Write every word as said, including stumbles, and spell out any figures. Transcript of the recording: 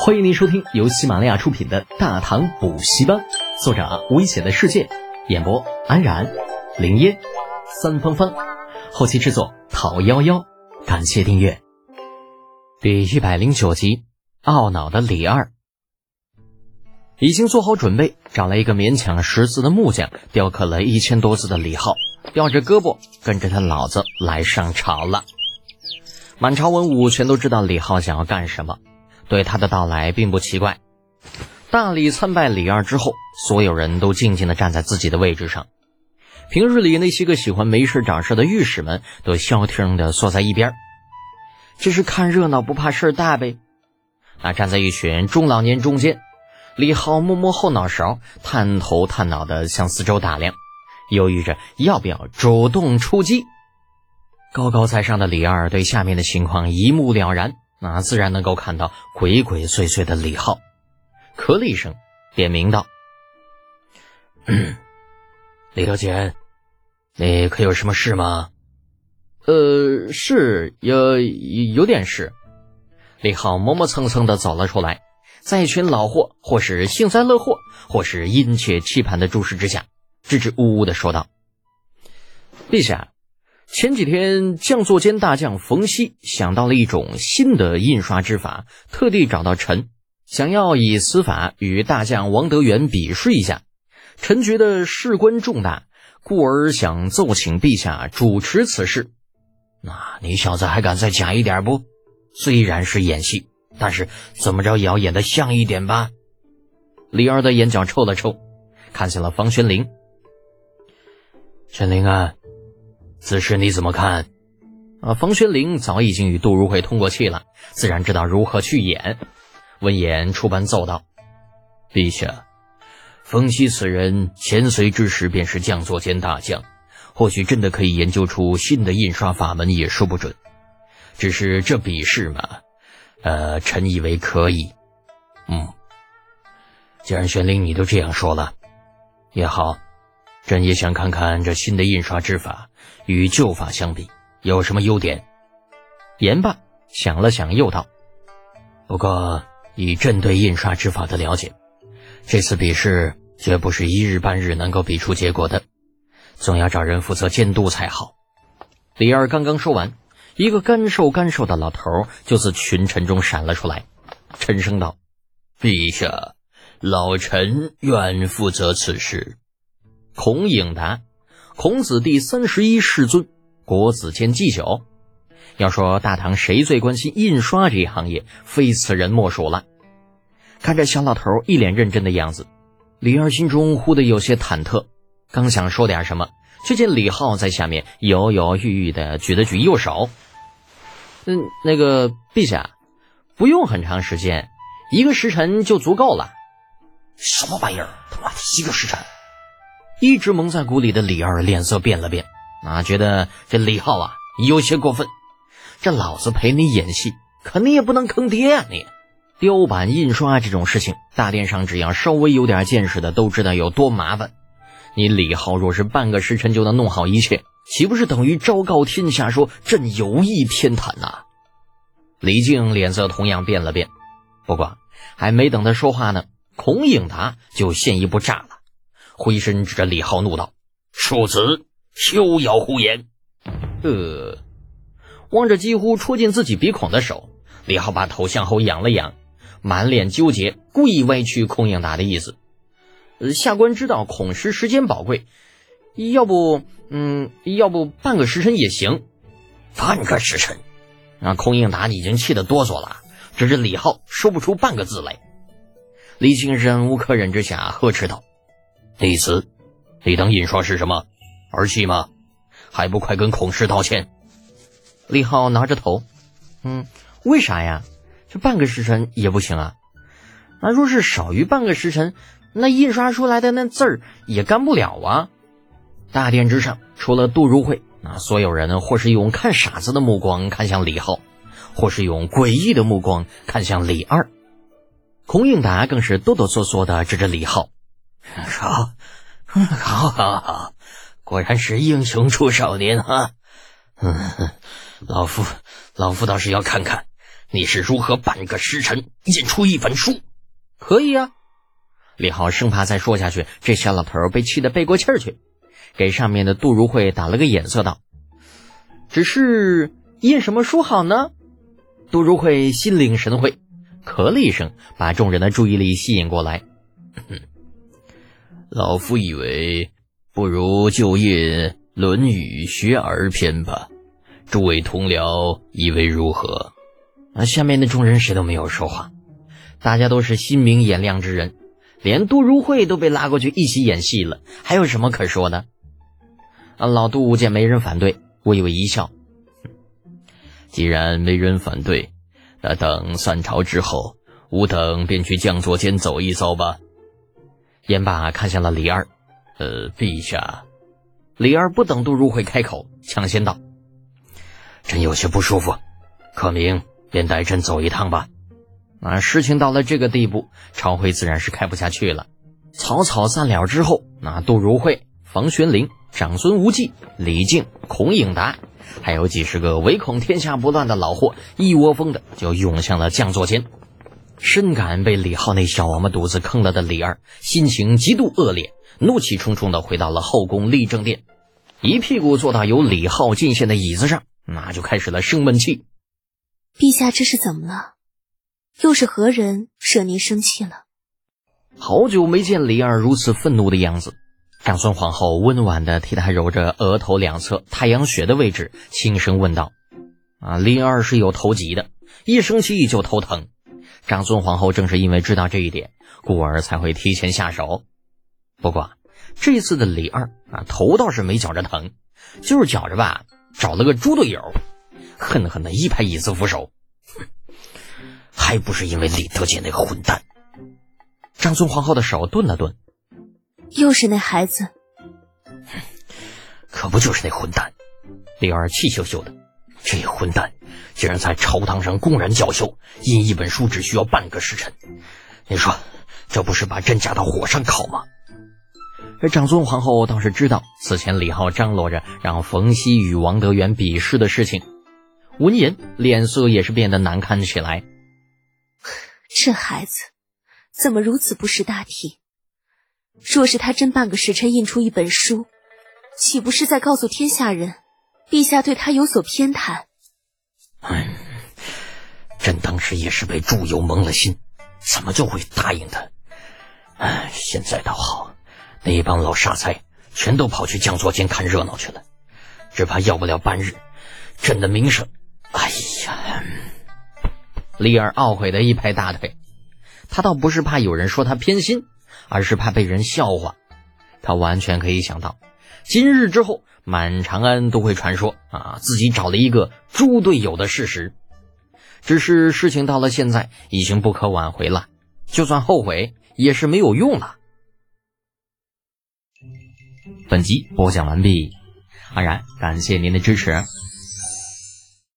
欢迎您收听由喜马拉雅出品的《大唐补习班》，作者危险的世界，演播安然、林烟、三芳芳，后期制作陶幺幺。感谢订阅。第一百零九集，懊恼的李二。已经做好准备，找来一个勉强识字的木匠，雕刻了一千多字的李浩，吊着胳膊跟着他老子来上朝了。满朝文武全都知道李浩想要干什么，对他的到来并不奇怪。大礼参拜李二之后，所有人都静静地站在自己的位置上。平日里那些个喜欢没事找事的御史们都消停地缩在一边，这是看热闹不怕事大呗。那站在一群中老年中间，李浩摸摸后脑勺，探头探脑地向四周打量，犹豫着要不要主动出击。高高在上的李二对下面的情况一目了然，那自然能够看到鬼鬼祟祟的李浩，咳了一声点名道：李德简，你可有什么事吗？呃，是有有点事。李浩磨磨蹭蹭地走了出来，在一群老货或是幸灾乐祸或是殷切期盼的注视之下，支支吾吾地说道：陛下，前几天将作监大将冯熙想到了一种新的印刷之法，特地找到臣，想要以此法与大将王德元比试一下。臣觉得事关重大，故而想奏请陛下主持此事。那你小子还敢再假一点不？虽然是演戏，但是怎么着也要演得像一点吧。李二的眼角抽了抽，看向了方玄龄。玄龄啊，此事你怎么看？啊，方玄龄早已经与杜如晦通过气了，自然知道如何去演。闻言出班奏道：陛下，冯熙此人前隋之时便是将作监大将，或许真的可以研究出新的印刷法门也说不准。只是这比试嘛，呃，臣以为可以。嗯，既然玄龄你都这样说了，也好，朕也想看看这新的印刷之法与旧法相比有什么优点。言罢想了想又道：不过以朕对印刷之法的了解，这次比试绝不是一日半日能够比出结果的，总要找人负责监督才好。李二刚刚说完，一个干瘦干瘦的老头就自群臣中闪了出来，沉声道：陛下，老臣愿负责此事。孔颖达，孔子第三十一世尊，国子监祭酒。要说大唐谁最关心印刷这一行业，非此人莫属了。看着小老头一脸认真的样子，李二心中忽的有些忐忑，刚想说点什么，却见李浩在下面犹犹豫豫地举了举右手。嗯，那个陛下，不用很长时间，一个时辰就足够了。什么玩意儿？他妈的一个时辰！一直蒙在鼓里的李二脸色变了变，啊，觉得这李浩啊有些过分。这老子陪你演戏，可你也不能坑爹啊你！雕版印刷这种事情，大殿上只要稍微有点见识的都知道有多麻烦。你李浩若是半个时辰就能弄好一切，岂不是等于昭告天下说朕有意天坛呐？李靖脸色同样变了变，不过还没等他说话呢，孔颖达就先一步炸了，挥身指着李浩怒道：庶子，休要胡言！呃，望着几乎戳进自己鼻孔的手，李浩把头向后仰了仰，满脸纠结，故意歪曲孔颖达的意思。呃，下官知道孔师时间宝贵，要不嗯要不半个时辰也行。半个时辰？让孔颖达已经气得哆嗦了，只是李浩说不出半个字来。李靖忍无可忍之下呵斥道：李子，你当印刷是什么？儿戏吗？还不快跟孔师道歉！李浩挠着头，嗯，为啥呀？这半个时辰也不行啊。那若是少于半个时辰，那印刷出来的那字儿也干不了啊。大殿之上，除了杜如晦，那所有人或是用看傻子的目光看向李浩，或是用诡异的目光看向李二。孔颖达更是哆哆嗦嗦地指着李浩：好，好好好，果然是英雄出少年啊！嗯，老夫老夫倒是要看看你是如何半个时辰印出一本书？可以啊。李浩生怕再说下去，这小老头被气得背过气儿去，给上面的杜如晦打了个眼色道：只是印什么书好呢？杜如晦心领神会，咳了一声，把众人的注意力吸引过来。老夫以为不如就印《论语学而篇》吧，诸位同僚以为如何？啊，下面的众人谁都没有说话，大家都是心明眼亮之人，连杜如晦都被拉过去一起演戏了，还有什么可说的？啊，老杜见没人反对，微微一笑，既然没人反对，那等散朝之后，吾等便去将座间走一遭吧。言罢看向了李二，呃，陛下。李二不等杜如晦开口，抢先道：朕有些不舒服，克明便带朕走一趟吧。啊，事情到了这个地步，朝会自然是开不下去了。草草散了之后，那杜如晦、房玄龄、长孙无忌、李靖、孔颖达，还有几十个唯恐天下不乱的老货，一窝蜂的就涌向了将座间。深感被李浩那小王八犊子坑了的李二，心情极度恶劣，怒气冲冲的回到了后宫立正殿，一屁股坐到由李浩进献的椅子上，那就开始了生闷气。 陛下这是怎么了？又是何人惹您生气了？ 好久没见李二如此愤怒的样子。长孙皇后温婉地替他揉着额头两侧太阳穴的位置，轻声问道：啊，李二是有头疾的，一生气就头疼。长孙皇后正是因为知道这一点，故而才会提前下手。不过这次的李二啊，头倒是没觉着疼，就是觉着吧找了个猪队友，恨恨的一拍椅子扶手，还不是因为李德杰那个混蛋。长孙皇后的手顿了顿， 又是那孩子， 可不就是那混蛋。李二气咻咻的，这混蛋竟然在朝堂上公然叫嚣，印一本书只需要半个时辰，你说这不是把朕夹到火上烤吗？而长孙皇后倒是知道此前李浩张罗着让冯熙与王德元比试的事情，闻言脸色也是变得难看起来。 这孩子怎么如此不识大体？若是他真半个时辰印出一本书，岂不是在告诉天下人陛下对他有所偏袒？ 嗯，朕当时也是被猪油蒙了心，怎么就会答应他？哎，现在倒好，那帮老傻才全都跑去将座间看热闹去了，只怕要不了半日，朕的名声……哎呀！李二懊悔的一拍大腿，他倒不是怕有人说他偏心，而是怕被人笑话。他完全可以想到，今日之后满长安都会传说啊，自己找了一个猪队友的事实。只是事情到了现在已经不可挽回了，就算后悔也是没有用了。本集播讲完毕，安然感谢您的支持。